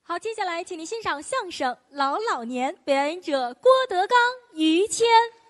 好，接下来请您欣赏相声《老老年》，表演者郭德纲、于谦。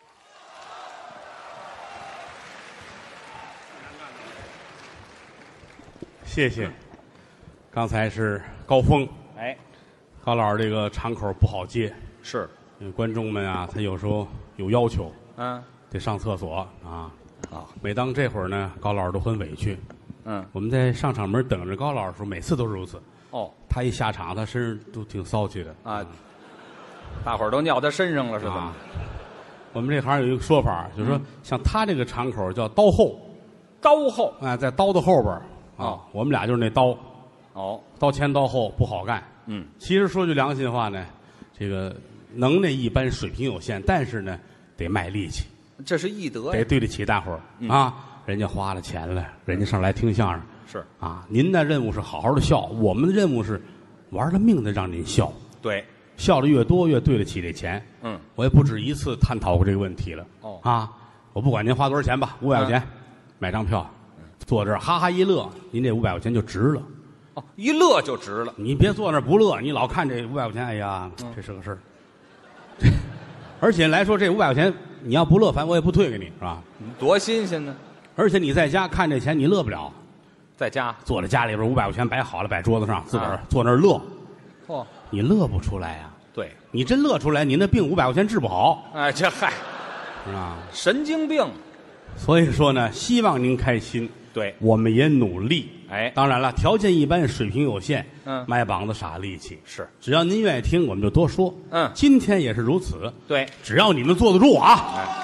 谢谢。刚才是高峰， 哎， 高老师这个场口不好接， 是， 因为观众们啊，他有时候有要求， 嗯， 得上厕所啊。 好， 每当这会儿呢，高老师都很委屈。 嗯， 我们在上场门等着高老师的时候，每次都是如此。 哦， 他一下场，他身上都挺骚气的啊，大伙儿都尿他身上了，是怎么？ 我们这行有一个说法，就是说，像他这个场口叫刀后， 刀后， 哎，在刀的后边啊。 哦， 我们俩就是那刀， 哦， 刀前刀后不好干。 嗯， 其实说句良心话呢，这个能耐一般，水平有限，但是呢，得卖力气， 这是义德呀， 得对得起大伙儿啊。人家花了钱了，人家上来听相声是啊。您的任务是好好的笑，我们的任务是玩了命的让您笑， 对， 笑的越多越对得起这钱。 嗯， 我也不止一次探讨过这个问题了。 哦啊，我不管您花多少钱吧，500块钱买张票，坐这儿哈哈一乐，您这500块钱就值了。 哦，一乐就值了。 你别坐那儿不乐，你老看这500块钱，哎呀，这是个事儿。而且来说，这500块钱你要不乐，反正我也不退给你，是吧？ 多新鲜呢！ 而且你在家看这钱，你乐不了。 在家， 坐在家里边，500块钱摆好了，摆桌子上，自个儿坐那儿乐， 嚯， 你乐不出来呀。 对， 你真乐出来，你那病500块钱治不好， 哎，这嗨， 是吧？ 神经病。 所以说呢，希望您开心， 对， 我们也努力。 哎， 当然了，条件一般，水平有限， 卖膀子傻力气。 是， 只要您愿意听，我们就多说。今天也是如此。 对， 只要你们坐得住啊。 哎，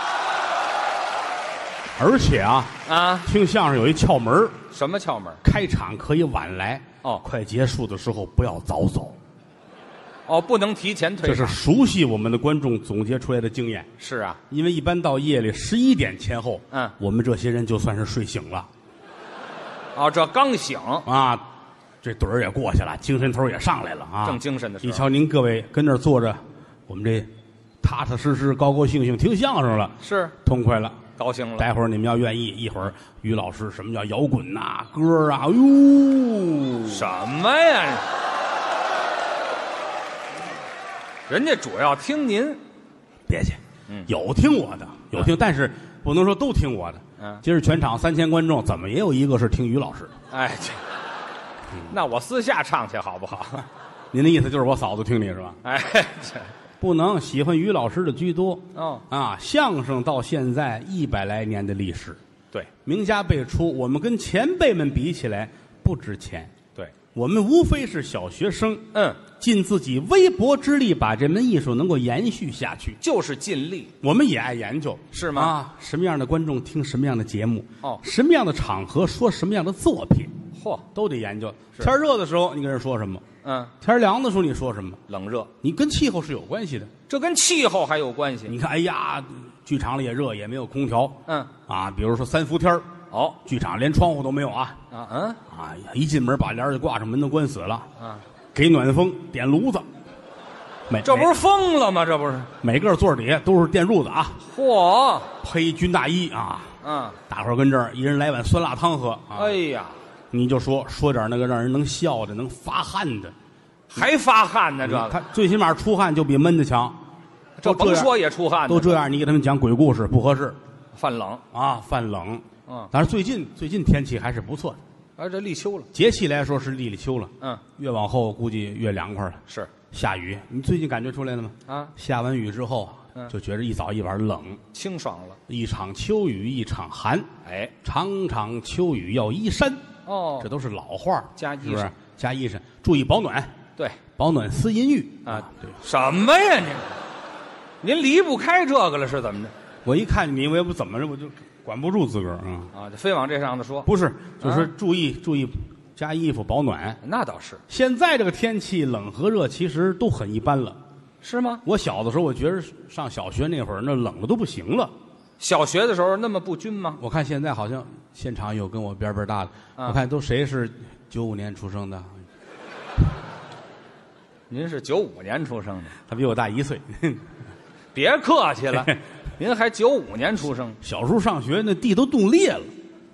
而且啊，听相声有一窍门。 什么窍门？ 开场可以晚来，快结束的时候不要早走。 哦，不能提前退场。 这是熟悉我们的观众总结出来的经验。 是啊， 因为一般到夜里11点前后，我们这些人就算是睡醒了。 哦，这刚醒啊，这盹儿也过去了，精神头也上来了啊， 正精神的时候。 一瞧您各位跟那儿坐着，我们这踏踏实实、高高兴兴听相声了， 是痛快了。 高兴了， 待会儿你们要愿意，一会儿于老师什么叫摇滚呐、歌啊，哟， 什么呀？人家主要听您， 别去，有听我的，有听，但是不能说都听我的。今儿全场3000观众，怎么也有一个是听于老师。 哎，这，那我私下唱去好不好？ 您的意思就是我嫂子听你是吧？ 哎，这。 不能，喜欢于老师的居多。相声到现在100来年的历史， 对， 名家辈出，我们跟前辈们比起来不值钱。 对， 我们无非是小学生，尽自己微薄之力把这门艺术能够延续下去， 就是尽力。 我们也爱研究， 是吗？ 什么样的观众听什么样的节目，什么样的场合说什么样的作品，都得研究。天热的时候，你跟人说什么？天凉的时候你说什么？ 冷热， 你跟气候是有关系的。 这跟气候还有关系。 你看，哎呀，剧场里也热，也没有空调。比如说3伏天剧场连窗户都没有啊。一进门把帘就挂上，门都关死了。给暖风，点炉子。 这不是疯了吗？这不是每个座底下都是电褥子啊。 嚯， 披军大衣啊。大伙儿跟这儿一人来碗酸辣汤喝。 哎呀。 你就说点那个让人能笑的、能发汗的， 还发汗呢？这个他最起码出汗就比闷的强。 这甭说也出汗， 都这样。你给他们讲鬼故事不合适， 犯冷啊，犯冷。但是最近天气还是不错的。 这立秋了， 节气来说是立秋了。越往后估计越凉快了。 是下雨，你最近感觉出来了吗？下完雨之后，就觉着一早一晚冷， 清爽了。 一场秋雨一场寒，场场秋雨要衣衫。这都是老话， 加衣裳， 加衣裳，注意保暖。 对， 保暖思淫欲啊！对，什么呀您离不开这个了是怎么着？ 我一看你，我也不怎么着，我就管不住自个儿就非往这上头说。 不是，就是注意加衣服保暖。 那倒是。 现在这个天气冷和热其实都很一般了， 是吗？ 我小的时候，我觉得上小学那会儿，那冷的都不行了。 小学的时候那么不均吗？ 我看现在好像现场有跟我边大的，我看都谁是95年出生的？ 您是95年出生的， 他比我大1岁。 别客气了，您还95年出生。 小时候上学那地都冻裂了，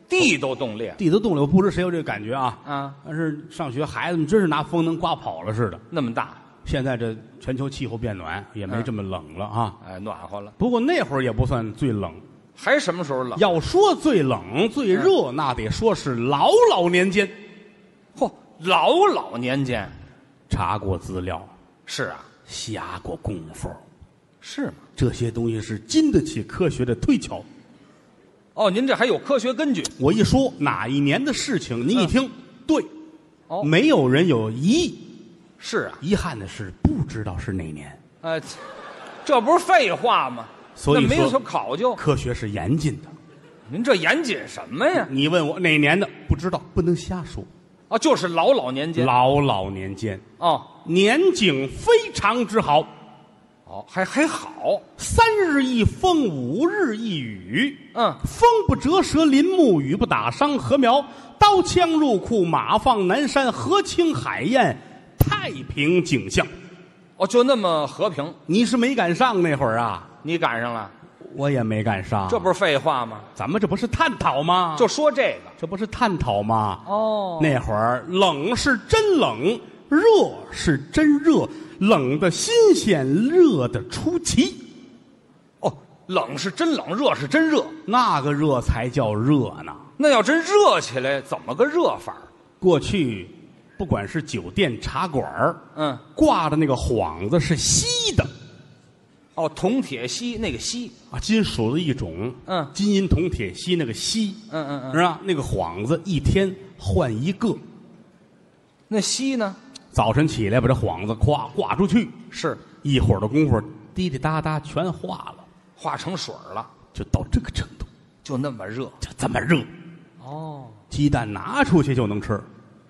地都冻裂， 地都冻裂。我不知谁有这个感觉啊？ 啊！ 但是上学孩子们真是拿风能刮跑了似的， 那么大。 现在这全球气候变暖，也没这么冷了啊！ 哎，暖和了。 不过那会儿也不算最冷， 还什么时候冷？ 要说最冷最热，那得说是老年间。 嚯，老年间， 查过资料， 是啊， 下过功夫， 是吗？ 这些东西是经得起科学的推敲。 哦，您这还有科学根据？ 我一说哪一年的事情，您一听，对， 哦， 没有人有疑义。 是啊， 遗憾的是不知道是哪年。 这不是废话吗？ 所以那没有所考究， 科学是严谨的。 您这严谨什么呀？ 你问我哪年的，不知道，不能瞎说。 哦，就是老年间。 老年间哦， 年景非常之好。 哦，还好。 3日一风，5日一雨。风不折舌林木，雨不打伤禾苗。刀枪入库，马放南山，河清海晏，太平景象。 哦，就那么和平。 你是没赶上那会儿啊？ 你赶上了， 我也没赶上。 这不是废话吗？ 咱们这不是探讨吗？ 就说这个， 这不是探讨吗？ 哦， 那会儿冷是真冷，热是真热，冷的新鲜，热的出奇。 哦，冷是真冷，热是真热， 那个热才叫热呢。 那要真热起来，怎么个热法？ 过去，不管是酒店、茶馆挂的那个幌子是锡的。 哦，铜铁锡那个锡啊，金属的一种。金银铜铁锡那个锡。是吧？那个幌子一天换一个。 那锡呢？ 早晨起来把这幌子咵挂出去， 是一会儿的功夫，滴滴答答全化了， 化成水了， 就到这个程度， 就那么热， 就这么热。 哦， 鸡蛋拿出去就能吃，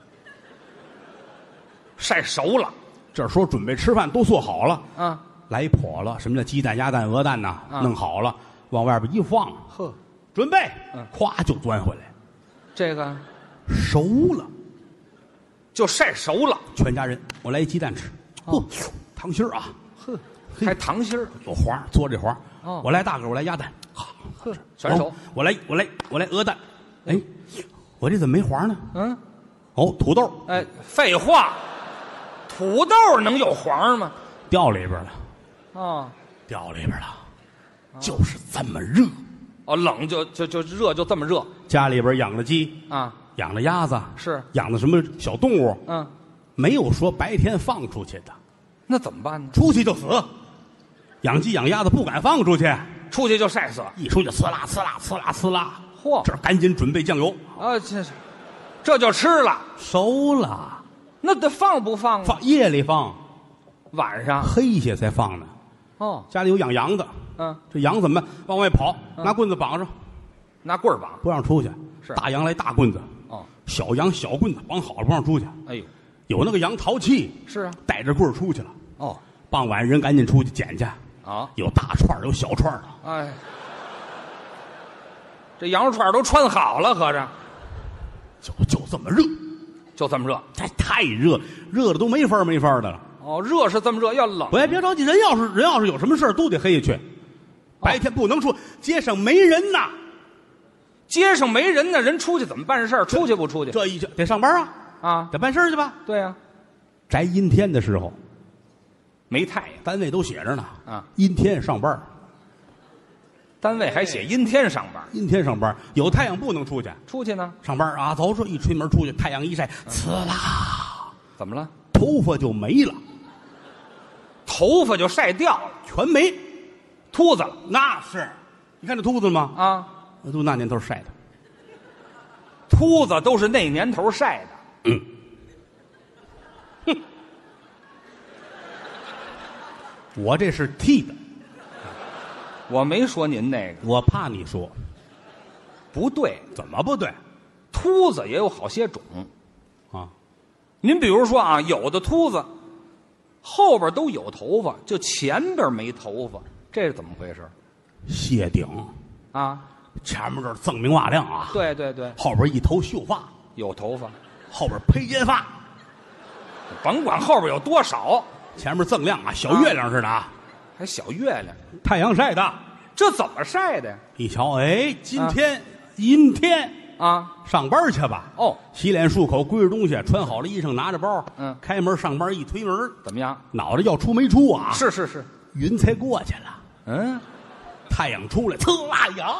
晒熟了。 这时候准备吃饭都做好了，来破了。什么叫鸡蛋、鸭蛋、鹅蛋呐？弄好了，往外边一放， 呵， 准备，咵就钻回来。 这个熟了， 就晒熟了。 全家人，我来一鸡蛋吃。糖心儿啊， 呵，还糖心儿， 有黄，嘬这黄。我来大个，我来鸭蛋， 呵，全熟。 我来鹅蛋。哎，我这怎么没黄呢？土豆。 哎，废话，土豆能有黄吗？ 掉里边了。掉里边了，就是这么热。 冷就热，就这么热。 家里边养的鸡养的鸭子， 是养的什么小动物？没有说白天放出去的。 那怎么办呢？ 出去就死。养鸡养鸭子不敢放出去， 出去就晒死， 一出去呲啦呲啦呲啦呲啦。 嚯！ 这赶紧准备酱油啊！这就吃了， 熟了。 那得放不放啊？ 放夜里放， 晚上黑些才放呢。家里有养羊的，这羊怎么办？往外跑，拿棍子绑上， 拿棍儿绑， 不让出去。 是大羊来大棍子，小羊小棍子绑好了不让出去。 哎呦， 有那个羊淘气， 是啊， 带着棍儿出去了。傍晚人赶紧出去捡去。有大串有小串的。 哎，这羊肉串都穿好了，合着就这么热， 就这么热， 太热，热的都没法的了。 热是这么热，要冷。 别着急，人要是有什么事都得黑下去，白天不能出，街上没人呐。 街上没人呢，人出去怎么办事儿？出去不出去？ 这一得上班得办事去吧？ 对呀。 宅阴天的时候， 没太阳， 单位都写着呢。阴天上班。 单位还写阴天上班。 阴天上班，有太阳不能出去。 出去呢？ 上班啊，走，说一吹门出去，太阳一晒，呲啦， 怎么了？ 头发就没了， 头发就晒掉了， 全没， 秃子了。 那是，你看这秃子吗？都那年头晒的， 秃子都是那年头晒的。 我这是剃的， 我没说您那个， 我怕你说不对。 怎么不对？ 秃子也有好些种啊。 您比如说有的秃子后边都有头发，就前边没头发，这是怎么回事？ 谢顶前面这锃明瓦亮啊。 对对对， 后边一头秀发， 有头发， 后边披肩发， 甭管后边有多少， 前面锃亮小月亮似的还小月亮， 太阳晒的。 这怎么晒的呀？ 一瞧，今天阴天， 啊， 上班去吧。 哦， 洗脸漱口，归置东西，穿好了衣裳，拿着包，开门上班，一推门， 怎么样？ 脑袋要出没出啊？ 是是是， 云彩过去了，太阳出来，呲啦呀！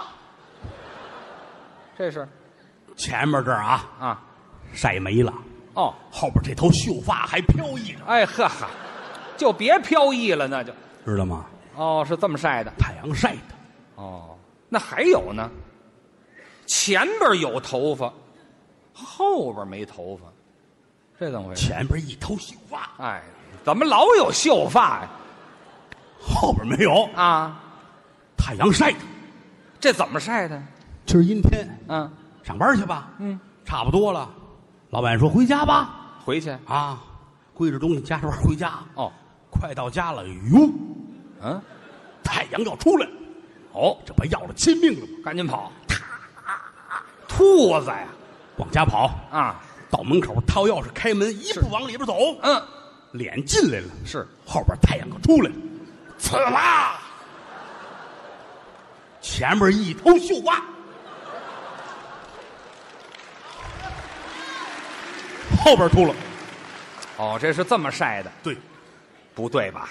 这是前面这儿啊晒没了， 哦， 后边这头秀发还飘逸着。 哎呵呵，就别飘逸了，那就知道吗？ 哦，是这么晒的， 太阳晒的。 哦，那还有呢？前边有头发，后边没头发，这怎么回事？ 前边一头秀发， 哎，怎么老有秀发呀？ 后边没有啊？ 太阳晒的， 这怎么晒的？ 今儿阴天，上班去吧，差不多了。老板说回家吧， 回去啊，归置东西，夹着包回家。 哦， 快到家了，哟，太阳要出来了，哦，这不要了亲命了吗？ 赶紧跑！兔子呀， 往家跑啊！ 到门口掏钥匙开门，一步往里边走，脸进来了， 是后边太阳可出来了，呲啦，前面一头秀发，后边秃了。 哦，这是这么晒的？ 对， 不对吧？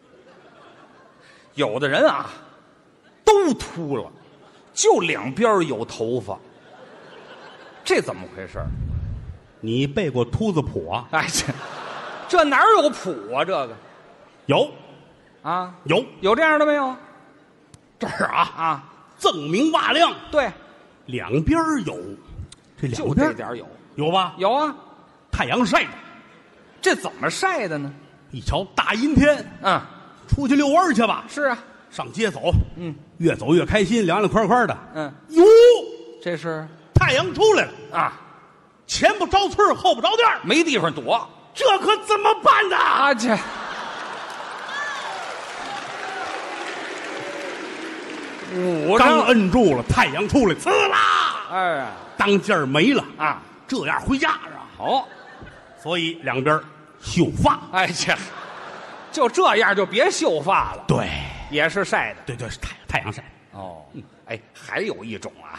有的人啊，都秃了，就两边有头发，这怎么回事？ 你背过秃子谱啊？ 哎，这哪有谱啊？这个有啊， 有这样的没有？ 这儿啊，锃明瓦亮， 对， 两边有，这两边就这点有吧？ 有啊， 太阳晒的， 这怎么晒的呢？ 一瞧大阴天，出去遛弯去吧。 是啊， 上街走，越走越开心，凉凉快快的。哟， 这是太阳出来了啊， 前不着村后不着店， 没地方躲， 这可怎么办呢？ 啊，这刚摁住了，太阳出来，呲啦， 哎， 当劲儿没了啊， 这样回家是吧？ 好， 所以两边秀发。 哎，就这样就别秀发了。 对， 也是晒的。 对，是太阳晒。 哦，哎，还有一种啊，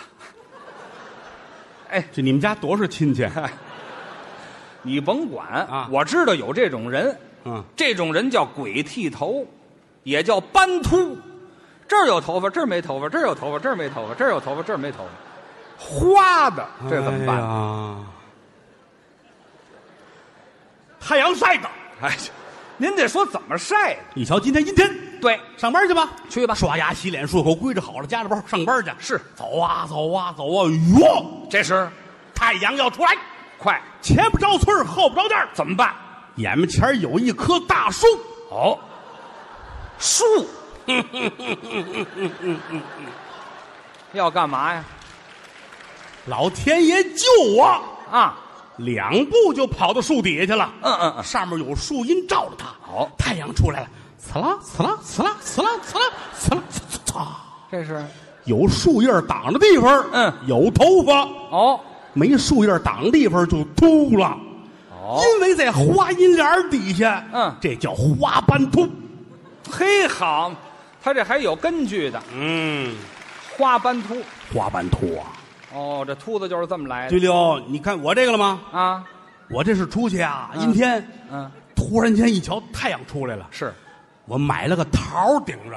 哎， 这你们家多少亲戚？ 你甭管啊， 我知道有这种人，这种人叫鬼剃头，也叫斑秃。这儿有头发，这儿没头发；这儿有头发，这儿没头发；这儿有头发，这儿没头发，花的，这怎么办？ 太阳晒的， 哎，您得说怎么晒的？ 一瞧今天阴天， 对， 上班去吧， 去吧， 刷牙、洗脸、漱口，归置好了，夹着包上班去。 是， 走啊，走啊，走啊！哟， 这时太阳要出来， 快， 前不着村后不着店， 怎么办？ 眼门前有一棵大树， 哦，树。要干嘛呀？ 老天爷救我啊 ！2步就跑到树底下去了。上面有树荫照着他。 好， 太阳出来了，呲啦呲啦呲啦呲啦呲啦呲啦呲啦。 这是有树叶挡着地方，有头发。 哦， 没树叶挡地方就秃了。哦，因为在花阴帘底下，这叫花斑秃。 嘿，好。他这还有根据的，花斑秃， 花斑秃啊！ 哦，这秃子就是这么来的。 对了，你看我这个了吗？ 啊， 我这是出去啊，阴天，突然间一瞧太阳出来了， 是我买了个桃顶着，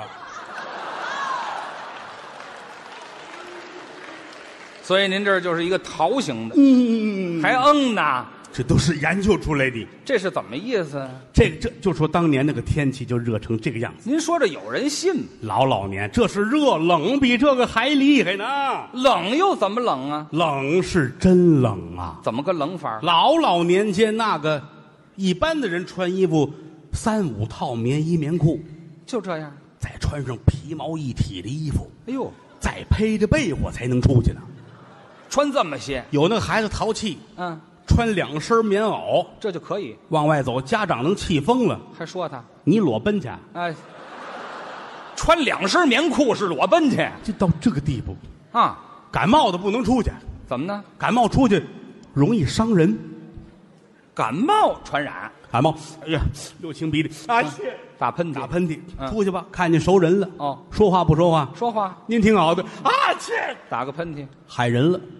所以您这就是一个桃形的，还呢。 这都是研究出来的， 这是怎么意思？ 这就说当年那个天气就热成这个样子。 您说这有人信吗？ 老年这是热，冷比这个还厉害呢。 冷又怎么冷啊？ 冷是真冷啊！ 怎么个冷法？ 老年间那个一般的人穿衣服3、5套棉衣棉裤， 就这样， 再穿上皮毛一体的衣服， 哎呦， 再披着被窝才能出去呢。 穿这么些， 有那个孩子淘气，穿2身棉袄， 这就可以往外走，家长能气疯了， 还说他你裸奔去？ 哎，穿2身棉裤是裸奔去？ 就到这个地步啊！ 感冒的不能出去， 怎么呢？ 感冒出去容易伤人， 感冒传染， 感冒，哎呀，流清鼻涕啊， 打喷嚏，出去吧，看见熟人了， 哦， 说话不说话？ 说话， 您挺好的啊，切， 打个喷嚏， 害人了，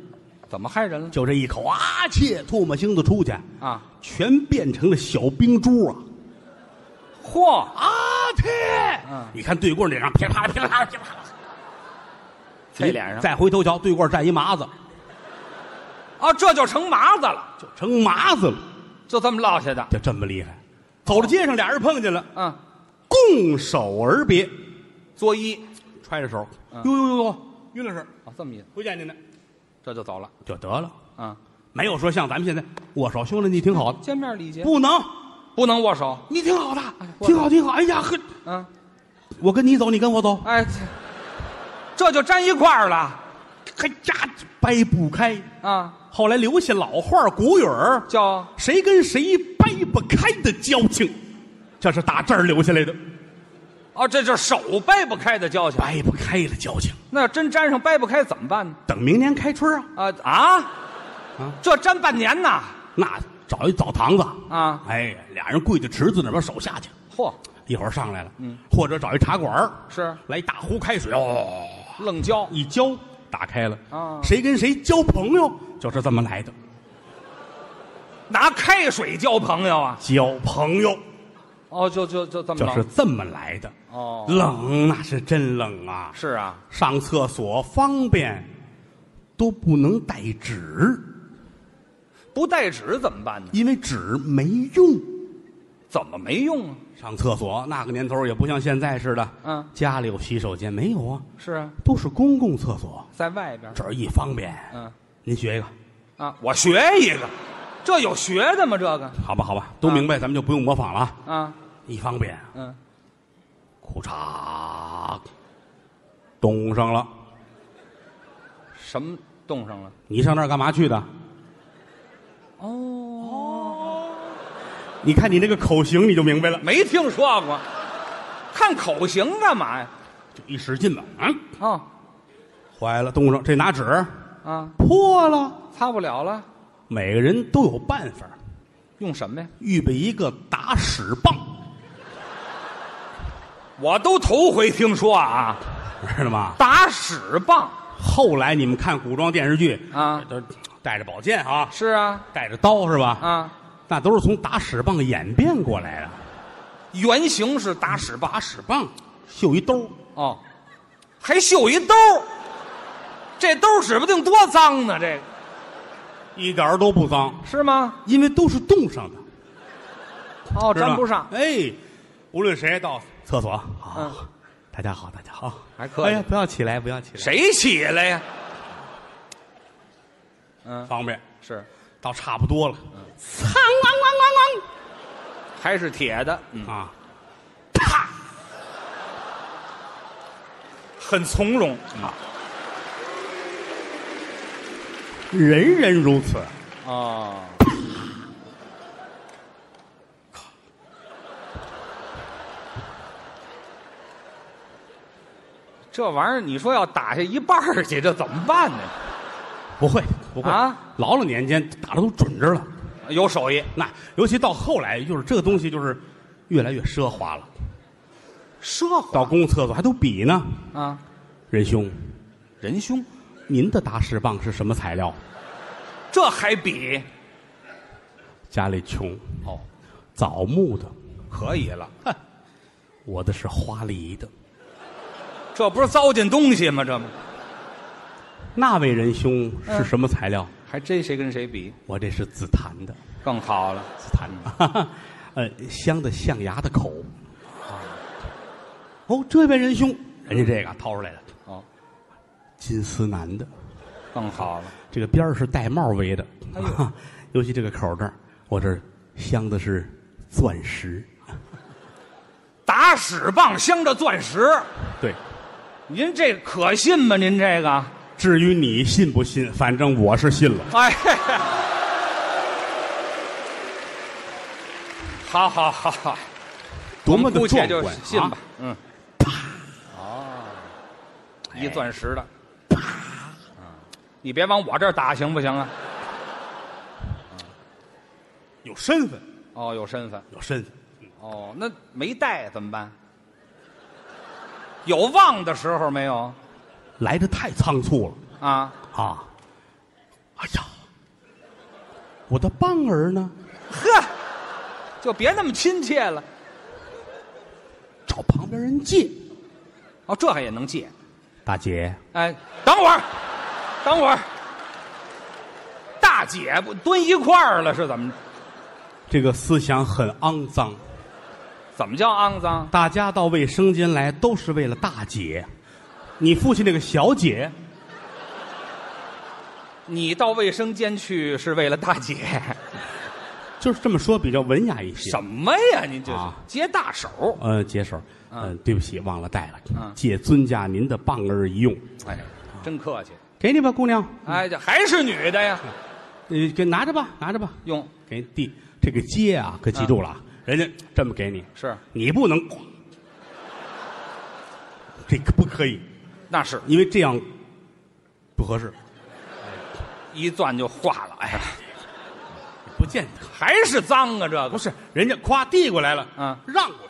怎么害人了？ 就这一口啊切，唾沫星子出去啊， 全变成了小冰珠啊！ 嚯啊切！你看对过脸上噼里啪啦噼里啪啦噼里啪啦， 在脸上。 再回头瞧，对过站一麻子， 啊，这就成麻子了， 就成麻子了， 就这么落下的， 就这么厉害。走到街上，俩人碰见了，共手而别， 作揖， 揣着手，哟，于老师， 这么意思， 不见您呢， 这就走了， 就得了，没有说像咱们现在握手，兄弟你挺好的， 见面礼节不能握手， 你挺好的，挺好，哎呀呵，我跟你走，你跟我走， 哎，这就粘一块儿了， 还呀掰不开啊！ 后来留下老话古语儿， 叫谁跟谁掰不开的交情，这是打这儿留下来的。 哦，这就是手掰不开的交情， 掰不开的交情。 那要真粘上掰不开怎么办呢？ 等明年开春这粘半年呐？ 那找一澡堂子啊， 哎，俩人跪在池子那边手下去， 嚯， 一会儿上来了，或者找一茶馆是来一大壶开水， 愣浇一浇打开了啊， 谁跟谁交朋友就是这么来的， 拿开水交朋友啊？ 交朋友。 哦，就这么就是这么来的哦， 冷那是真冷啊！ 是啊， 上厕所方便都不能带纸， 不带纸怎么办呢？ 因为纸没用。 怎么没用啊？ 上厕所那个年头也不像现在似的，家里有洗手间没有啊？ 是啊， 都是公共厕所， 在外边， 这儿一方便。您学一个啊，我学一个。这有学的吗？这个好吧，都明白，咱们就不用模仿了啊。 一方便，裤衩冻上了。 什么冻上了？ 你上那儿干嘛去的？你看你那个口型，你就明白了。 没听说过，看口型干嘛呀？ 就一使劲吧，坏了，冻上，这拿纸破了， 擦不了了。 每个人都有办法， 用什么呀？ 预备一个打屎棒。 我都头回听说啊， 知道吗？ 打屎棒。 后来你们看古装电视剧都带着宝剑啊， 是啊， 带着刀是吧？那都是从打屎棒演变过来的。 原型是打屎棒， 打屎棒绣一兜还绣一兜，这兜指不定多脏呢，这个。 一点都不脏， 是吗？ 因为都是冻上的。 沾不上。 哎，无论谁到厕所，大家好， 还可以。 哎呀，不要起来， 谁起来呀？ 方便是， 到差不多了， 还是铁的啪， 很从容人人如此这玩意儿你说要打下一半去，这怎么办呢？ 不会老年间打的都准着了， 有手艺。 那尤其到后来，就是这个东西就是越来越奢华了。 奢华到公共厕所还都比呢仁兄，您的打屎棒是什么材料？ 这还比？ 家里穷枣木的可以了。 我的是花梨的。 这不是糟践东西吗？这不， 那位仁兄是什么材料？ 还真谁跟谁比？ 我这是紫檀的， 更好了。 紫檀的，香的象牙的口。这位仁兄，人家这个掏出来的金丝楠的， 更好了。 这个边儿是带帽围的，尤其这个口这儿，我这镶的是钻石。 打屎棒镶着钻石， 对。 您这可信吗？您这个， 至于你信不信，反正我是信了。 哎，好， 多么的壮就观！ 信吧，一钻石的，你别往我这儿打，行不行啊？ 有身份有身份，那没带怎么办？有忘的时候没有？ 来的太仓促了哎呀，我的棒儿呢？ 呵，就别那么亲切了。 找旁边人借。 哦，这还也能借？ 大姐， 哎，等会儿，等会儿，大姐不蹲一块儿了是怎么着？ 这个思想很肮脏。 怎么叫肮脏？ 大家到卫生间来都是为了大姐，你父亲那个小姐， 你到卫生间去是为了大姐？ 就是这么说比较文雅一些。 什么呀？你这是接大手？ 接手。对不起，忘了带了。借尊驾您的棒儿一用。 哎，真客气。 给你吧，姑娘。 哎，这还是女的呀？ 给拿着吧，拿着吧。 用给递这个接啊，可记住了，人家这么给你， 是你不能，这个不可以。 那是因为这样不合适， 一攥就化了。哎呀， 不见得， 还是脏啊！这个不是人家夸递过来了，让过去。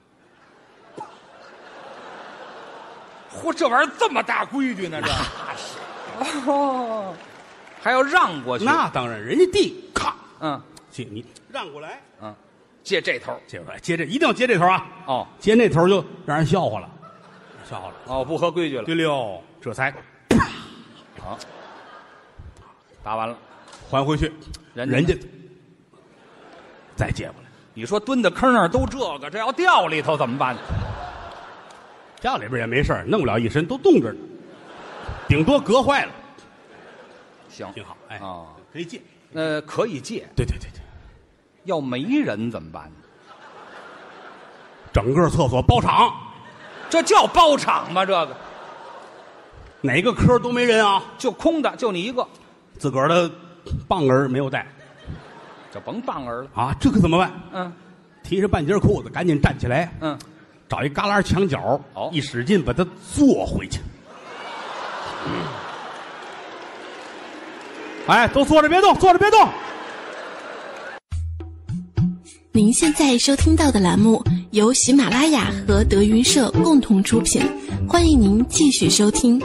嚯，这玩意儿这么大规矩呢？这哦，还要让过去？ 那当然，人家递，咔，借你让过来， 借这头， 接过来，接这一定要接这头啊！ 哦， 接那头就让人笑话了，笑话了。 哦，不合规矩了。 对溜，这才好，打完了， 还回去，人家再接过来。 你说蹲在坑那儿都这个，这要掉里头怎么办？ 掉里边也没事儿，弄不了一身，都冻着呢，顶多隔坏了。 行， 挺好。哎，可以借。 可以借。 对对对对。 要没人怎么办呢？ 整个厕所包场， 这叫包场吗？这个哪个科都没人啊， 就空的，就你一个， 自个儿的棒儿没有带， 就甭棒儿了啊！这可怎么办？提着半截裤子，赶紧站起来，找一旮旯墙角，一使劲把它坐回去。哎，都坐着别动，坐着别动。 您现在收听到的栏目由喜马拉雅和德云社共同出品，欢迎您继续收听。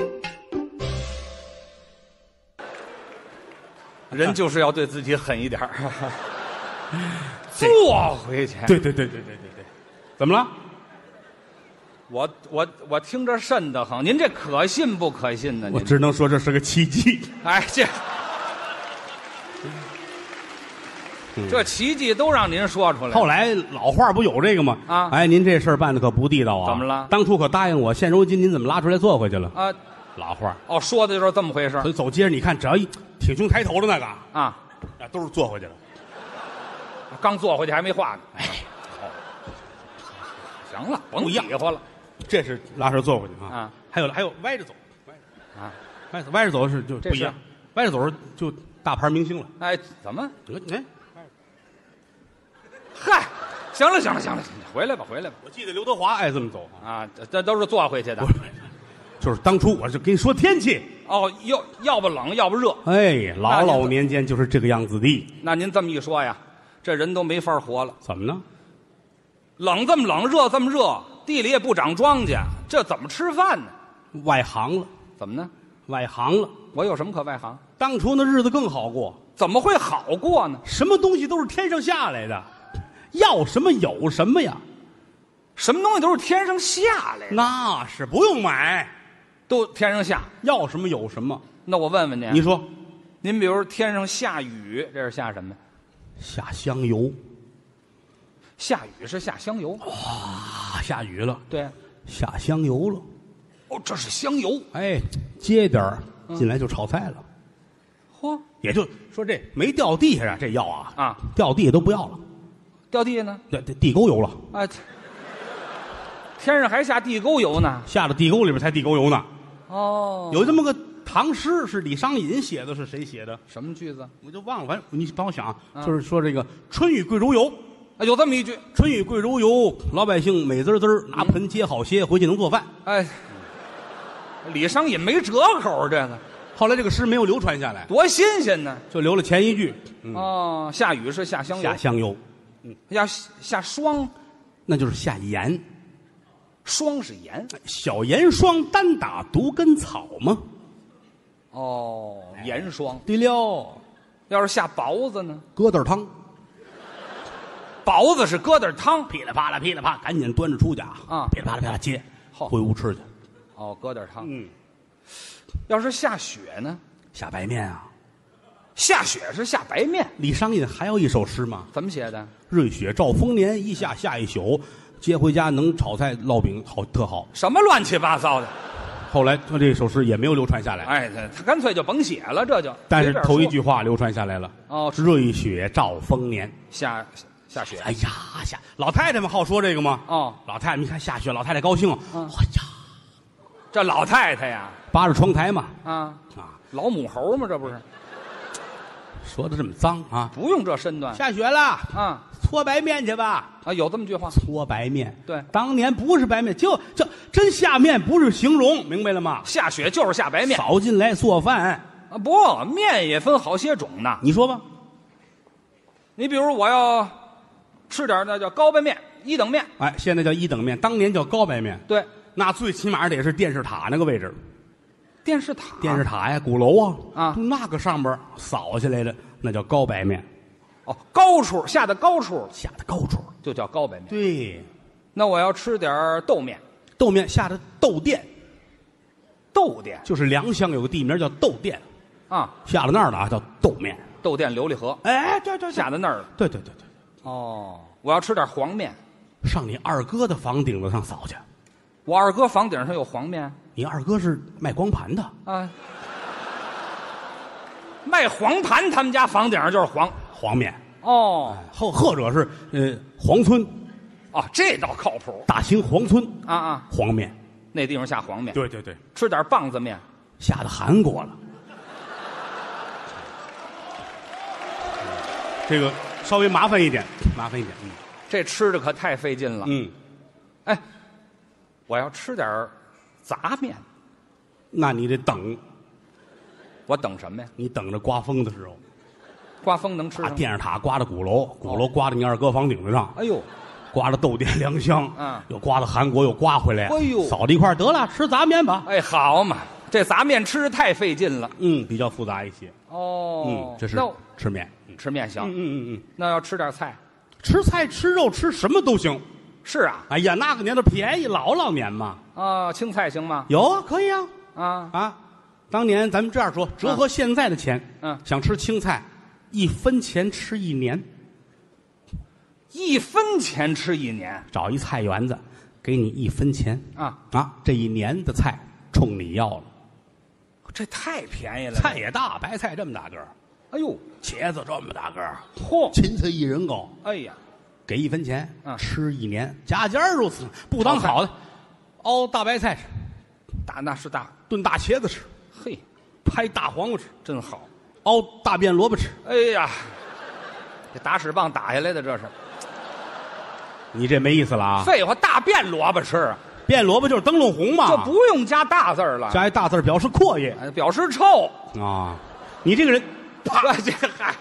人就是要对自己狠一点儿，坐回去。 对，怎么了？ 我听着瘆得慌，您这可信不可信呢？ 我只能说这是个奇迹。 哎，这奇迹都让您说出来。 后来老话不有这个吗？哎，您这事儿办的可不地道啊！ 怎么了？ 当初可答应我，现如今您怎么拉出来坐回去了？老话哦，说的就是这么回事。 所以走街上你看，只要一挺胸抬头的那个都是坐回去了。 刚坐回去还没化呢。哎，行了，甭比划了。 这是拉车坐回去啊！还有歪着走，歪着走是就不一样，歪着走就大牌明星了。 哎，怎么？ 哎， 嗨，行了，回来吧。 我记得刘德华爱这么走啊，这都是坐回去的。 就是当初我就跟你说天气哦，要不冷，要不热。 哎，老年间就是这个样子的。 那您这么一说呀，这人都没法活了。 怎么呢？ 冷这么冷，热这么热，地里也不长庄稼，这怎么吃饭呢？ 外行了。 怎么呢？ 外行了。 我有什么可外行？ 当初那日子更好过。 怎么会好过呢？ 什么东西都是天上下来的，要什么有什么呀。 什么东西都是天上下来的， 那是不用买， 都天上下， 要什么有什么。 那我问问您， 你说， 您比如天上下雨，这是下什么？ 下香油。 下雨是下香油。 哇，下雨了。 对， 下香油了。 哦，这是香油。 哎，接点儿进来就炒菜了。 嚯， 也就说这没掉地下这药掉地下都不要了。 掉地下呢？ 地沟油了。 哎，天上还下地沟油呢？ 下到地沟里边才地沟油呢。 哦， 有这么个唐诗，是李商隐写的，是谁写的？ 什么句子？ 我就忘了，反正你帮我想，就是说这个春雨贵如油。 有这么一句， 春雨贵如油，老百姓美滋滋拿盆接好些，回去能做饭。 哎，李商隐没折口，这个后来这个诗没有流传下来， 多新鲜呢， 就留了前一句。 哦，下雨是下香油， 下香油， 要下霜， 那就是下盐。 霜是盐， 小盐霜单打独根草吗？ 哦，盐霜。 对了， 要是下雹子呢？ 疙瘩汤。 雹子是疙瘩汤， 噼里啪啦噼里啪啦，赶紧端着出去啊！噼里啪啦噼里啪啦接，回屋吃去。 哦，疙瘩汤。要是下雪呢？ 下白面啊！ 下雪是下白面。 李商隐还有一首诗吗？ 怎么写的？ 瑞雪兆丰年，一下下一宿，接回家能炒菜烙饼，好特好。 什么乱七八糟的？ 后来他这首诗也没有流传下来。 哎，他干脆就甭写了，这就。 但是头一句话流传下来了。哦，瑞雪兆丰年， 下雪。 哎呀，老太太们好说这个吗？ 哦， 老太太们一看下雪，老太太高兴。哎呀， 这老太太呀， 扒着窗台嘛。 老母猴嘛，这不是？ 说的这么脏啊！ 不用这身段。 下雪了搓白面去吧。 有这么句话。 搓白面。 对， 当年不是白面，就真下面，不是形容，明白了吗？ 下雪就是下白面。 扫进来做饭不，面也分好些种呢。 你说吧。 你比如我要吃点那叫高白面，一等面。 哎，现在叫一等面，当年叫高白面。 对， 那最起码得是电视塔那个位置。 电视塔呀，鼓楼啊，就那个上边扫下来的，那叫高白面。 哦，高处下的高处就叫高白面。 对， 那我要吃点豆面， 豆面下的豆店， 豆店就是良乡有个地名叫豆店啊， 下了那儿的叫豆面。 豆店琉璃河， 哎，对， 下到那儿了。 对。 哦，我要吃点黄面， 上你二哥的房顶子上扫去。 我二哥房顶上有黄面。 你二哥是卖光盘的啊，卖黄盘，他们家房顶上就是黄面。 哦， 或者是黄村。 哦，这倒靠谱。 大兴黄村黄面， 那地方下黄面。 对， 吃点棒子面， 下到韩国了。这个稍微麻烦一点。 这吃的可太费劲了。哎，我要吃点杂面， 那你得等。 我等什么呀？ 你等着刮风的时候。 刮风能吃？把电视塔刮到鼓楼，鼓楼刮到你二哥房顶子上。 哎呦， 刮到豆店良乡，又刮到韩国，又刮回来。 哎呦， 扫到一块得了，吃杂面吧。 哎，好嘛，这杂面吃的太费劲了。 比较复杂一些。 哦， 这是吃面。 吃面行。那要吃点菜， 吃菜吃肉吃什么都行。 是啊。 哎呀，那个年头便宜，老年嘛。 青菜行吗？ 有啊，可以啊。当年咱们这样说，折合现在的钱，想吃青菜，1分钱吃1年。 1分钱吃1年？ 找一菜园子，给你1分钱这1年的菜冲你要了。 这太便宜了。 菜也大，白菜这么大个儿。 哎呦， 茄子这么大个儿。 嚯， 芹菜1人高。 哎呀， 给1分钱，吃1年，家家如此。不当好的，熬大白菜吃， 那是大炖大茄子吃。 嘿， 拍大黄瓜吃， 真好。 熬大便萝卜吃。 哎呀，这打屎棒打下来的这是。 你这没意思了啊！ 废话，大便萝卜吃， 便萝卜就是灯笼红嘛， 就不用加大字了， 加一大字表示阔爷， 表示臭啊！你这个人， 这嗨，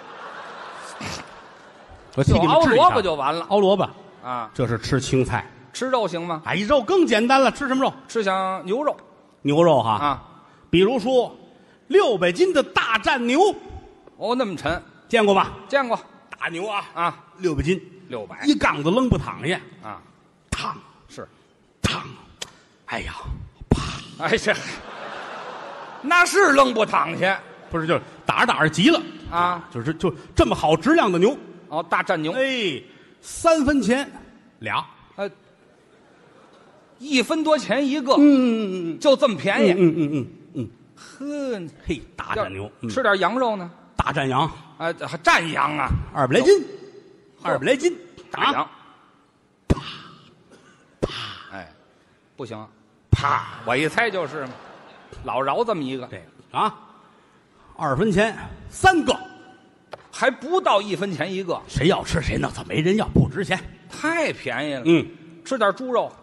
我替你们熬萝卜就完了。 熬萝卜啊， 这是吃青菜。 吃肉行吗？ 哎，肉更简单了，吃什么肉？ 吃像牛肉。 牛肉哈比如说600斤的大战牛。 哦，那么沉， 见过吧？ 见过。 大牛600斤 ，600 一缸子扔不躺下烫是烫，哎呀啪！ 哎这那是扔不躺下， 不是就是打着急了就这么好质量的牛大战牛 ，3分钱俩 ，1分多钱一个，就这么便宜，呵， 嘿，大战牛， 吃点羊肉呢？ 大战羊战羊啊 ，200来斤，200来斤， 大羊，啪啪，哎，不行，啪，我一猜就是老饶这么一个， 对2分钱3个， 还不到1分钱一个， 谁要吃谁弄走，没人要，不值钱， 太便宜了。吃点猪肉，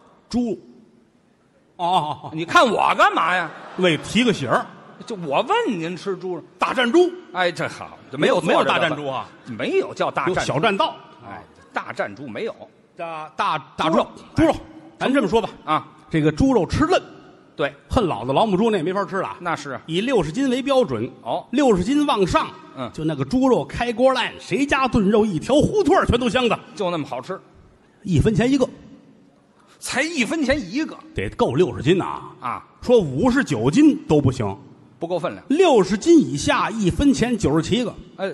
你看我干嘛呀？ 为提个醒儿。 就我问您吃猪肉， 大战猪， 哎，这好， 没有大战猪没有叫大战， 小战道， 哎，大战猪没有， 大猪肉，咱这么说吧啊， 这个猪肉吃嫩， 对， 恨老子老母猪那也没法吃了。 那是以60斤为标准哦 ，60斤往上， 嗯， 就那个猪肉开锅烂，谁家炖肉一条胡同全都香的， 就那么好吃 ，1分钱一个， 才1分钱一个得够60斤呐！ 啊， 说59斤都不行， 不够分量。 60斤以下1分钱97个，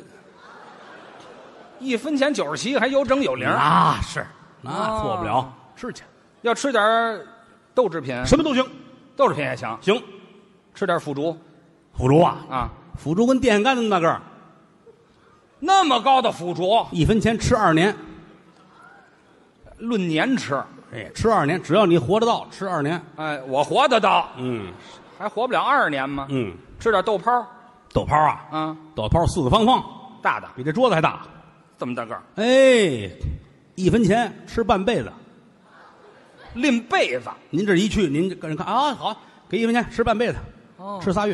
1分钱97还有整有零， 那是那错不了，吃去， 要吃点豆制品， 什么都行， 豆制品也行， 行， 吃点腐竹腐竹啊， 啊， 腐竹跟电线杆子那个儿那么高的腐竹， 1分钱吃2年， 论年吃， 哎，吃2年，只要你活得到，吃2年， 哎，我活得到，还活不了20年吗？吃点豆泡， 豆泡啊，豆泡四四方方， 大的比这桌子还大， 这么大个儿， 哎，1分钱吃半辈子， 拎被子， 您这一去，您跟人看啊，好，给1分钱吃半辈子，吃3月，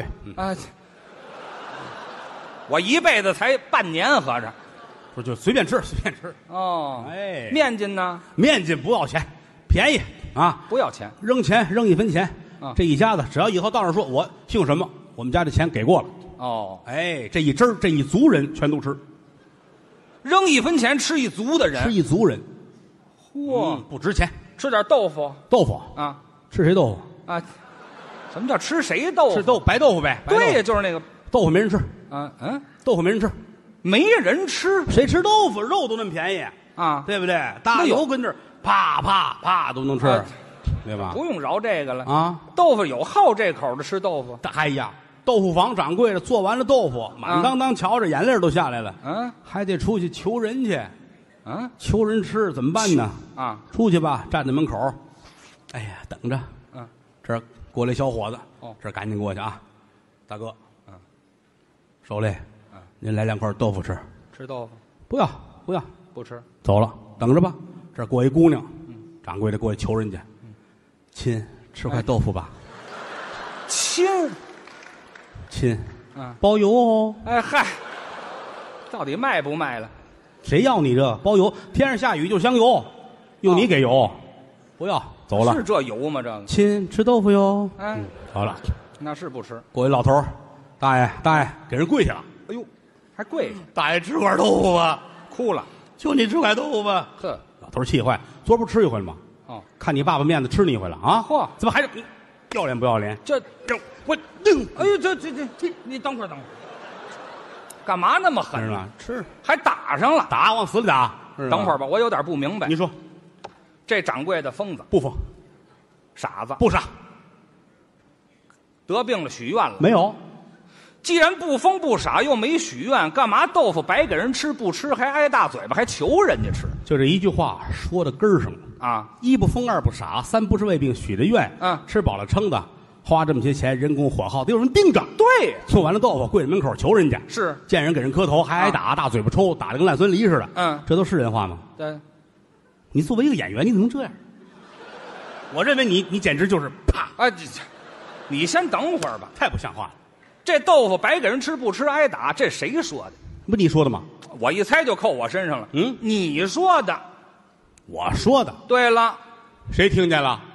我一辈子才半年，合着说就随便吃，随便吃， 哦， 哎， 面筋呢？ 面筋不要钱，便宜啊， 不要钱， 扔钱扔1分钱，这一家子只要以后到那儿说我姓什么，我们家这钱给过了， 哦， 哎，这一支这一族人全都吃， 扔1分钱吃一族的人， 吃一族人， 嚯， 不值钱， 吃点豆腐豆腐啊， 吃谁豆腐？ 啊，什么叫吃谁豆腐？ 吃白豆腐呗， 对呀，就是那个豆腐没人吃，豆腐没人吃， 没人吃， 谁吃豆腐？肉都那么便宜啊， 对不对？大油跟这儿啪啪啪都能吃，对吧？ 不用饶这个了啊！ 豆腐有好这口的吃豆腐， 哎呀，豆腐坊掌柜的做完了豆腐，满当当瞧着眼泪都下来了，还得出去求人去，求人吃怎么办呢？啊，出去吧，站在门口，哎呀，等着，这儿过来小伙子，这儿赶紧过去啊，大哥，手里，您来2块豆腐吃， 吃豆腐不要不要不吃， 走了，等着吧，这儿过一姑娘，掌柜的过去求人家，亲，吃块豆腐吧， 亲， 包邮哦， 哎嗨，到底卖不卖了？ 谁要你这包邮？天上下雨就香油，用你给油，不要走了。 是这油吗？这个亲，吃豆腐哟。好了， 那是不吃。 过一老头，大爷，给人跪下了。 哎呦，还跪下！ 大爷吃块豆腐吧， 哭了。 就你吃块豆腐吧。 呵， 老头气坏，昨儿不吃一回了吗？看你爸爸面子吃你一回了啊！ 嚯， 怎么还是要脸不要脸？我哎呦，这，你等会儿，干嘛那么狠是吧？吃还打上了， 打往死里打。 等会儿吧，我有点不明白。 你说， 这掌柜的疯子不疯， 傻子不傻， 得病了，许愿了没有？ 既然不疯不傻，又没许愿，干嘛豆腐白给人吃不吃，还挨大嘴巴，还求人家吃？ 就这一句话说到根儿上了啊！ 一不疯，2不傻，3不是胃病，许的愿，吃饱了撑的，花这么些钱，人工火耗得有人盯着。 对， 做完了豆腐，跪在门口求人家， 是见人给人磕头，还挨打，大嘴巴抽，打得跟烂孙梨似的。这都是人话吗？ 对， 你作为一个演员，你怎么能这样？我认为你简直就是啪！ 哎，你先等会儿吧， 太不像话了。 这豆腐白给人吃不吃挨打，这谁说的？ 不你说的吗？ 我一猜就扣我身上了。你说的， 我说的。 对了， 谁听见了？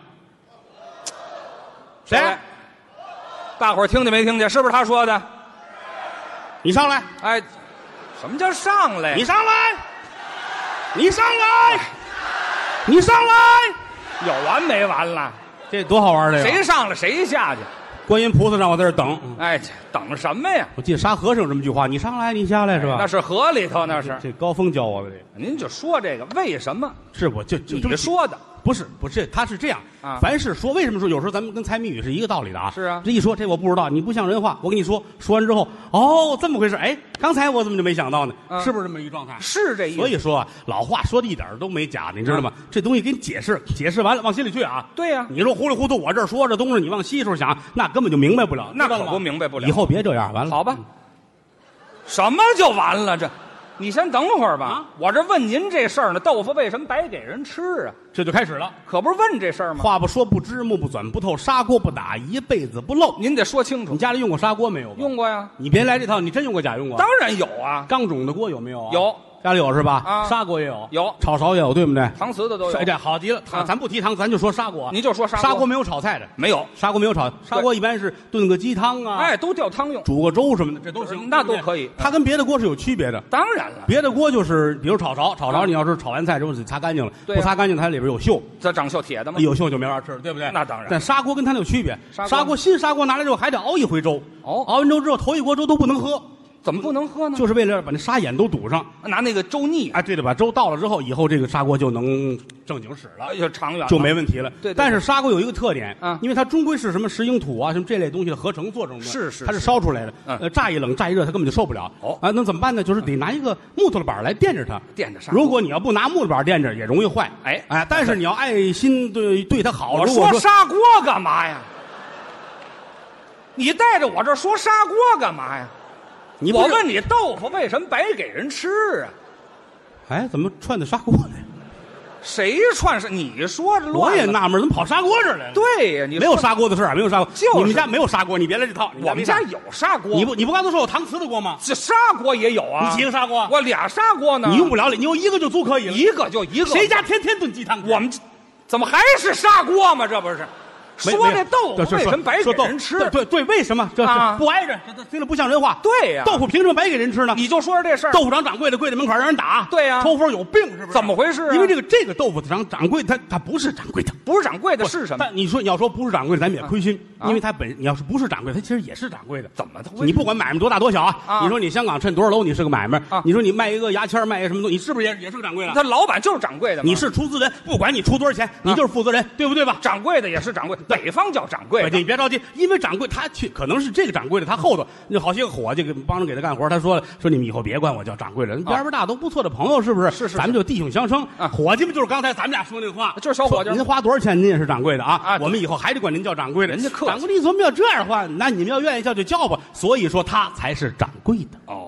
谁？ 大伙儿听见没听见？是不是他说的？ 你上来！ 哎，什么叫上来？ 你上来！你上来！你上来！ 有完没完了？ 这多好玩的呀！ 谁上来谁下去？ 观音菩萨让我在这等。 哎，等什么呀？ 我记得沙和尚有这么句话：你上来，你下来，是吧？ 那是河里头，那是。 这高峰教我的。 您就说这个为什么？ 是我就你说的。 不是，他是这样啊。凡是说，为什么说有时候咱们跟猜谜语是一个道理的啊？ 是啊。 这一说这我不知道，你不像人话。我跟你说，说完之后，哦，这么回事。哎，刚才我怎么就没想到呢？是不是这么一状态？ 是这意思。 所以说老话说的一点都没假，你知道吗？这东西给你解释，解释完了往心里去啊。 对呀。 你说糊里糊涂，我这说这东西，你往西处想，那根本就明白不了。 那可不明白不了。 以后别这样，完了。 好吧。什么就完了这？你先等会儿吧，我这问您这事儿呢，豆腐为什么白给人吃啊？ 这就开始了， 可不是问这事儿吗？ 话不说不知，目不转不透，砂锅不打一辈子不漏。 您得说清楚。 你家里用过砂锅没有？ 用过呀。 你别来这套，你真用过假用过？ 当然有啊。 钢种的锅有没有啊？ 有。 家里有是吧？ 啊， 砂锅也有， 有炒勺也有，对不对？ 搪瓷的都有。 这好极了，咱不提搪瓷，咱就说砂锅。 你就说砂锅。 砂锅没有炒菜的， 没有。 砂锅没有炒，砂锅一般是炖个鸡汤啊， 哎，都吊汤用， 煮个粥什么的，这都行， 那都可以。 它跟别的锅是有区别的。 当然了， 别的锅就是比如炒勺，你要是炒完菜之后擦干净了，不擦干净它里边有锈， 这长锈铁的吗？ 有锈就没法吃了，对不对？ 那当然。 但砂锅跟它有区别，新砂锅拿来之后还得熬一回粥，熬完粥之后头一锅粥都不能喝。 怎么不能喝呢？ 就是为了把那沙眼都堵上， 拿那个粥腻。 哎，对了，把粥倒了之后，以后这个砂锅就能正经使了， 就长远就没问题了。 对。 但是砂锅有一个特点，因为它终归是什么石英土啊，什么这类东西的合成做成的， 是， 它是烧出来的。乍一冷乍一热，它根本就受不了。那怎么办呢？就是得拿一个木头的板来垫着它， 垫着砂锅。 如果你要不拿木头板垫着，也容易坏。哎，但是你要爱心对它好。 我说砂锅干嘛呀？你带着我这说砂锅干嘛呀？我问你，豆腐为什么白给人吃啊？ 哎，怎么串到砂锅来？ 谁串是？你说这乱了。 我也纳闷，怎么跑砂锅这儿来了？ 对呀，你没有砂锅的事儿，没有砂锅。 就是你们家没有砂锅，你别来这套。 我们家有砂锅。 你不刚才说有搪瓷的锅吗？ 这砂锅也有啊。 你几个砂锅？ 我俩砂锅呢。 你用不了，你用一个就足可以了。 一个就一个。 谁家天天炖鸡汤？ 我们怎么还是砂锅嘛？这不是。说这豆腐为什么白给人吃？ 对，为什么？这不挨着，这听着不像人话。 对呀， 豆腐凭什么白给人吃呢？ 你就说这事儿。 豆腐掌柜的跪在门口让人打。 对呀， 抽风有病是不是？ 怎么回事？ 因为这个豆腐掌柜他不是掌柜的， 不是掌柜的是什么？ 但你要说不是掌柜的，咱们也亏心，因为他你要是不是掌柜，他其实也是掌柜的。 怎么的？ 你不管买卖多大多小啊，你说你香港趁多少楼，你是个买卖；你说你卖一个牙签，卖一个什么东西，你是不是也是个掌柜的？ 他老板就是掌柜的。 你是出资人，不管你出多少钱，你就是负责人，对不对吧？ 掌柜的也是掌柜，北方叫掌柜。 你别着急，因为掌柜他可能是这个掌柜的，他后头那好些个伙计帮着给他干活，他说你们以后别管我叫掌柜的，边边大都不错的朋友，是不是？ 是， 咱们就弟兄相称。伙计们就是刚才咱们俩说那个话， 就是小伙计。 您花多少钱，您也是掌柜的啊！我们以后还得管您叫掌柜的。 人家客气。 掌柜的，你怎么要这样的话？那你们要愿意叫就叫吧。所以说他才是掌柜的。 哦，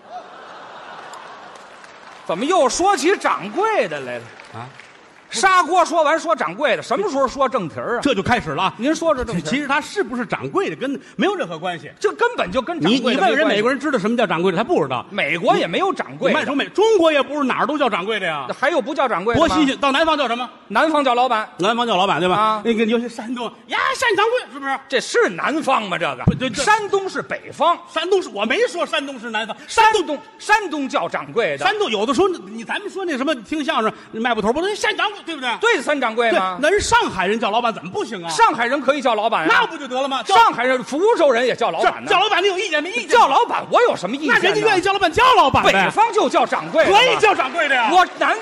怎么又说起掌柜的来了啊？砂锅说完说掌柜的，什么时候说正题儿啊？ 这就开始了啊！ 您说这正题， 其实他是不是掌柜的跟没有任何关系， 这根本就跟掌柜的你问人美国人知道什么叫掌柜的，他不知道。 美国也没有掌柜的。 慢说中国也不是哪儿都叫掌柜的呀。 还有不叫掌柜的吗？ 多新鲜！到南方叫什么？ 南方叫老板。 南方叫老板对吧？ 啊， 那个有些山东呀，山掌柜是不是？ 这是南方吗？这个山东是北方， 山东是我没说山东是南方， 山东叫掌柜的。 山东有的时候咱们说那什么听相声卖布头不都山掌柜对不对？ 对，三掌柜吗？ 那人上海人叫老板怎么不行啊？ 上海人可以叫老板， 那不就得了吗？ 上海人、福州人也叫老板呢。 叫老板你有意见没意见？ 叫老板我有什么意见？ 那人家愿意叫老板叫老板呗。 北方就叫掌柜， 可以叫掌柜的呀。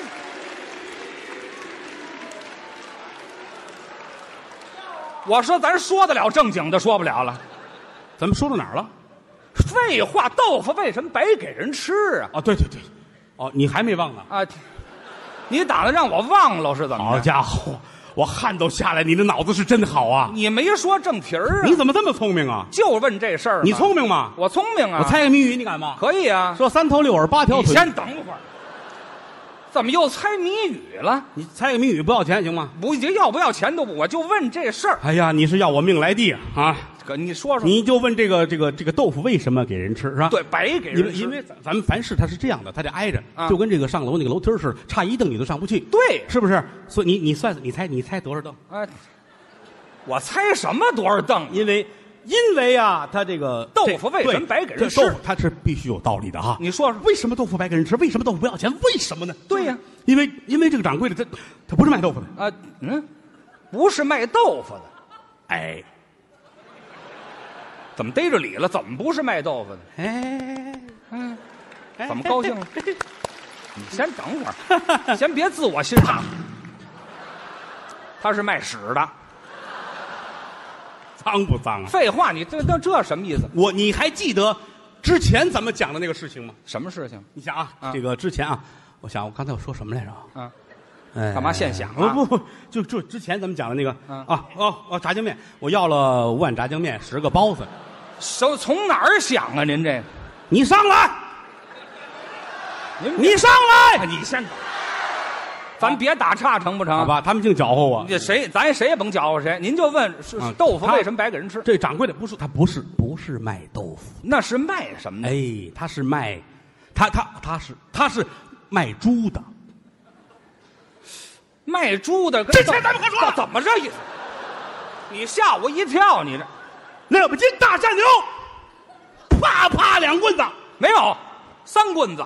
我说咱说得了正经的，说不了了。 咱们说到哪儿了？ 废话，豆腐为什么白给人吃啊？ 哦，对，哦，你还没忘呢啊？你打算让我忘了是怎么着？ 好家伙，我汗都下来，你的脑子是真好啊！ 你没说正题儿啊？ 你怎么这么聪明啊？ 就问这事儿。 你聪明吗？ 我聪明啊！ 我猜个谜语，你敢吗？ 可以啊。 说3头6耳8条腿。 你先等会儿。怎么又猜谜语了？ 你猜个谜语不要钱行吗？ 不，要不要钱都不，我就问这事儿。 哎呀，你是要我命来地啊！ 可你说说， 你就问这个豆腐为什么给人吃是吧？ 对，白给人吃。 因为咱们凡事它是这样的，它得挨着，就跟这个上楼那个楼梯似的，差一蹬你都上不去。 对， 是不是？所以你算，你猜多少蹬？ 哎，我猜什么多少蹬？ 因为啊，它这个豆腐为什么白给人吃？ 豆腐它是必须有道理的哈。 你说说， 为什么豆腐白给人吃？为什么豆腐不要钱？为什么呢？ 对呀， 因为这个掌柜的他不是卖豆腐的啊，不是卖豆腐的， 哎。 怎么逮着理了？怎么不是卖豆腐的？怎么高兴了？你先等会儿，先别自我欣赏。他是卖屎的， 脏不脏啊？ 废话，你这什么意思？ 你还记得之前咱们讲的那个事情吗？ 什么事情？ 你想啊，这个之前啊，我刚才我说什么来着啊？ 干嘛现想啊？ 不，就之前咱们讲的那个炸酱面，我要了5碗炸酱面，10个包子。 从哪儿想啊？您这， 你上来，你上来， 你先，咱别打岔成不成？ 好吧，他们净搅和我。 咱谁也甭搅和谁，您就问豆腐为什么白给人吃？ 这掌柜的不是卖豆腐， 那是卖什么的？ 哎，他是卖，他是卖猪的。 卖猪的， 这钱咱们可说了， 怎么这意思？你吓我一跳，你这 2斤大山牛，啪啪2棍子， 没有3棍子。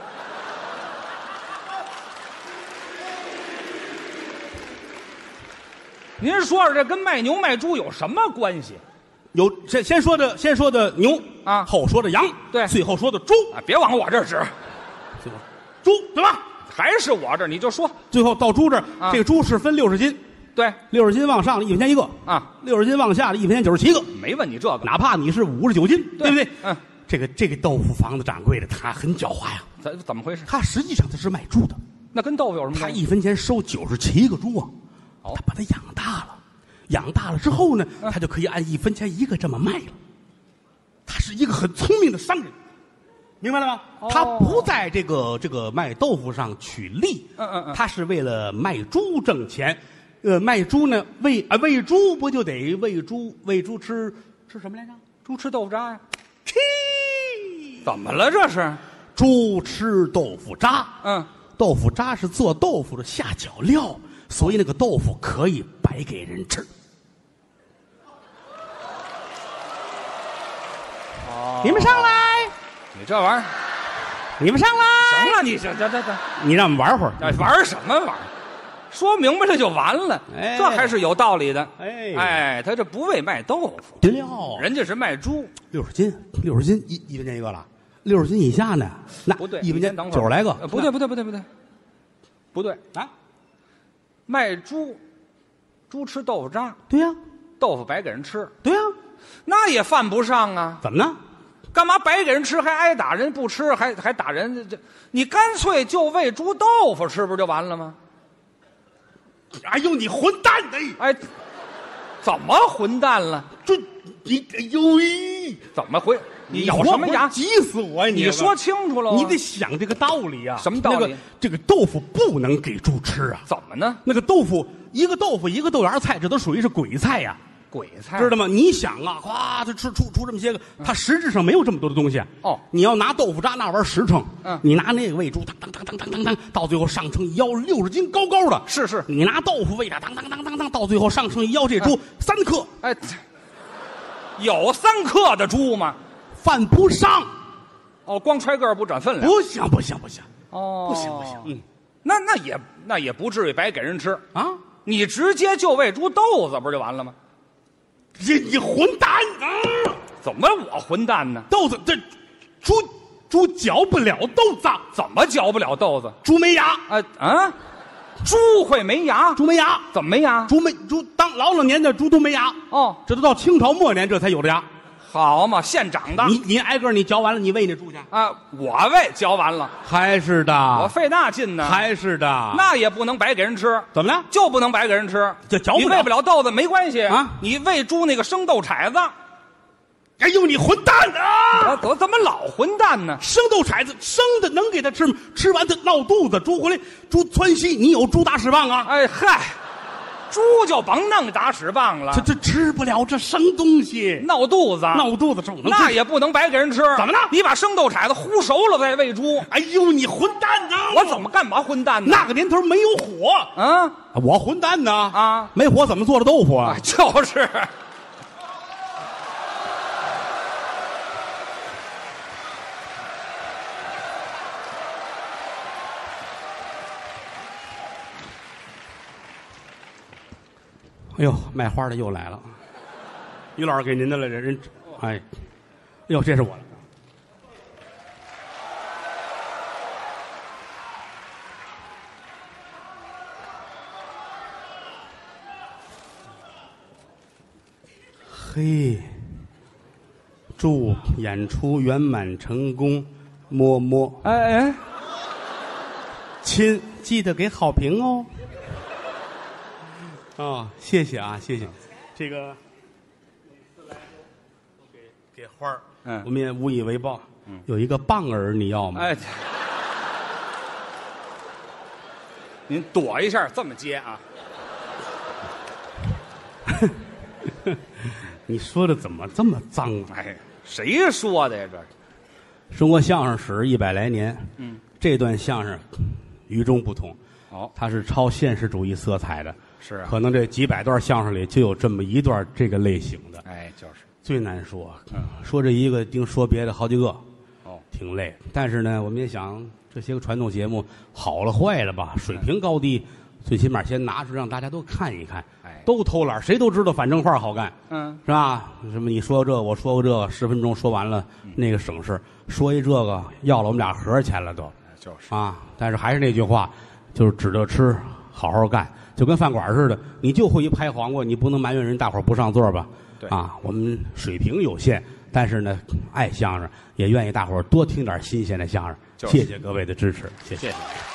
您说说这跟卖牛卖猪有什么关系？ 有先说的牛啊， 后说的羊， 对， 最后说的猪啊，别往我这儿指， 猪对吧？ 还是我这儿，你就说， 最后到猪这儿，这个猪是分60斤， 对 ，60斤往上的1分钱一个啊 ，60斤往下的1分钱97个， 没问你这个， 哪怕你是59斤，对不对？ 嗯， 这个豆腐坊的掌柜的他很狡猾呀， 怎么回事？ 他实际上他是卖猪的， 那跟豆腐有什么他关系？ 1分钱收97个猪啊，他把它养大了，养大了之后呢，他就可以按1分钱一个这么卖了。他是一个很聪明的商人，明白了吗？他不在这个卖豆腐上取利，他是为了卖猪挣钱。卖猪呢，喂猪不就得喂猪吃什么来着？ 猪吃豆腐渣呀？ 嘿， 怎么了这是？ 猪吃豆腐渣。豆腐渣是做豆腐的下脚料，所以那个豆腐可以白给人吃。你们上来！ 你这玩意儿， 你们上来！ 行了，你行， 你让我们玩会儿。 玩什么玩意儿？说明白了就完了，这还是有道理的。他这不为卖豆腐， 对了， 人家是卖猪 ，60斤1分钱一个了，60斤以下呢？那不对 ，1分钱90来个， 不对啊！卖猪吃豆腐渣， 对呀， 豆腐白给人吃， 对呀， 那也犯不上啊。 怎么呢？ 干嘛白给人吃还挨打人？不吃还打人？你干脆就喂猪豆腐吃不就完了吗？ 哎呦，你混蛋的！ 哎，怎么混蛋了？ 这你哎呦喂， 怎么回？你咬什么牙？ 急死我呀！ 你说清楚了， 你得想这个道理啊。 什么道理？ 这个豆腐不能给猪吃啊。 怎么呢？ 那个豆腐一个豆豆芽菜，这都属于是鬼菜呀。 鬼菜知道吗？你想啊，哗，它出这么些个，它实质上没有这么多的东西。你要拿豆腐渣那玩意儿实诚，你拿那个喂猪，当，到最后上称一腰60斤高的， 是。 你拿豆腐喂它，当，到最后上称一腰这猪3克， 哎，有3克的猪吗？ 犯不上。 光揣个儿不转分量。 不行。不行。 那也不至于白给人吃啊！ 你直接就喂猪豆子不就完了吗？ 你混蛋啊！ 怎么我混蛋呢？ 豆子这猪嚼不了豆子， 怎么嚼不了豆子？ 猪没牙。 猪会没牙？ 猪没牙？ 怎么没牙？ 猪当老年的猪都没牙。这都到清朝末年这才有的牙。 好嘛，现长的。 你挨个你嚼完了，你喂那猪去啊？我喂嚼完了， 还是的。 我费那劲呢， 还是的。 那也不能白给人吃。 怎么了？ 就不能白给人吃？ 就嚼不了。 你喂不了豆子没关系啊， 你喂猪那个生豆铲子。 哎呦，你混蛋啊！ 我怎么老混蛋呢？ 生豆铲子生的能给他吃吗？吃完他闹肚子，猪回来猪窜稀，你有猪打屎棒啊？ 哎嗨！猪就甭弄打屎棒了， 这吃不了这生东西， 闹肚子，那也不能白给人吃。 怎么了？ 你把生豆铲子烀熟了再喂猪。 哎呦，你混蛋呐！ 我干嘛混蛋呢？ 那个年头没有火我混蛋呢没火怎么做的豆腐啊？ 就是。 哎呦，卖花的又来了，于老师给您的了，人，哎呦，这是我的。嘿，祝演出圆满成功，么么。 哎， 亲，记得给好评哦。谢谢啊，谢谢。这个给花儿，我们也无以为报。有一个棒儿，你要吗？ 哎，您躲一下，这么接啊？ 你说的怎么这么脏啊？ 哎，谁说的呀？这中国相声史100来年， 这段相声与众不同。 哦， 它是超现实主义色彩的。 是啊， 可能这几百段相声里就有这么一段这个类型的。 哎，就是最难说。说这一个定说别的好几个。 哦， 挺累。但是呢，我们也想这些个传统节目好了坏了吧，水平高低，最起码先拿出让大家都看一看。 哎， 都偷懒，谁都知道反正话好干。是吧？什么你说这我说过这个，10分钟说完了，那个省事。说一这个要了我们俩盒钱了都。 就是啊，但是还是那句话，就是指着吃，好好干，就跟饭馆似的，你就会一拍黄瓜，你不能埋怨人大伙儿不上座吧？ 对啊，我们水平有限，但是呢，爱相声，也愿意大伙儿多听点新鲜的相声。谢谢各位的支持，谢谢。 谢谢。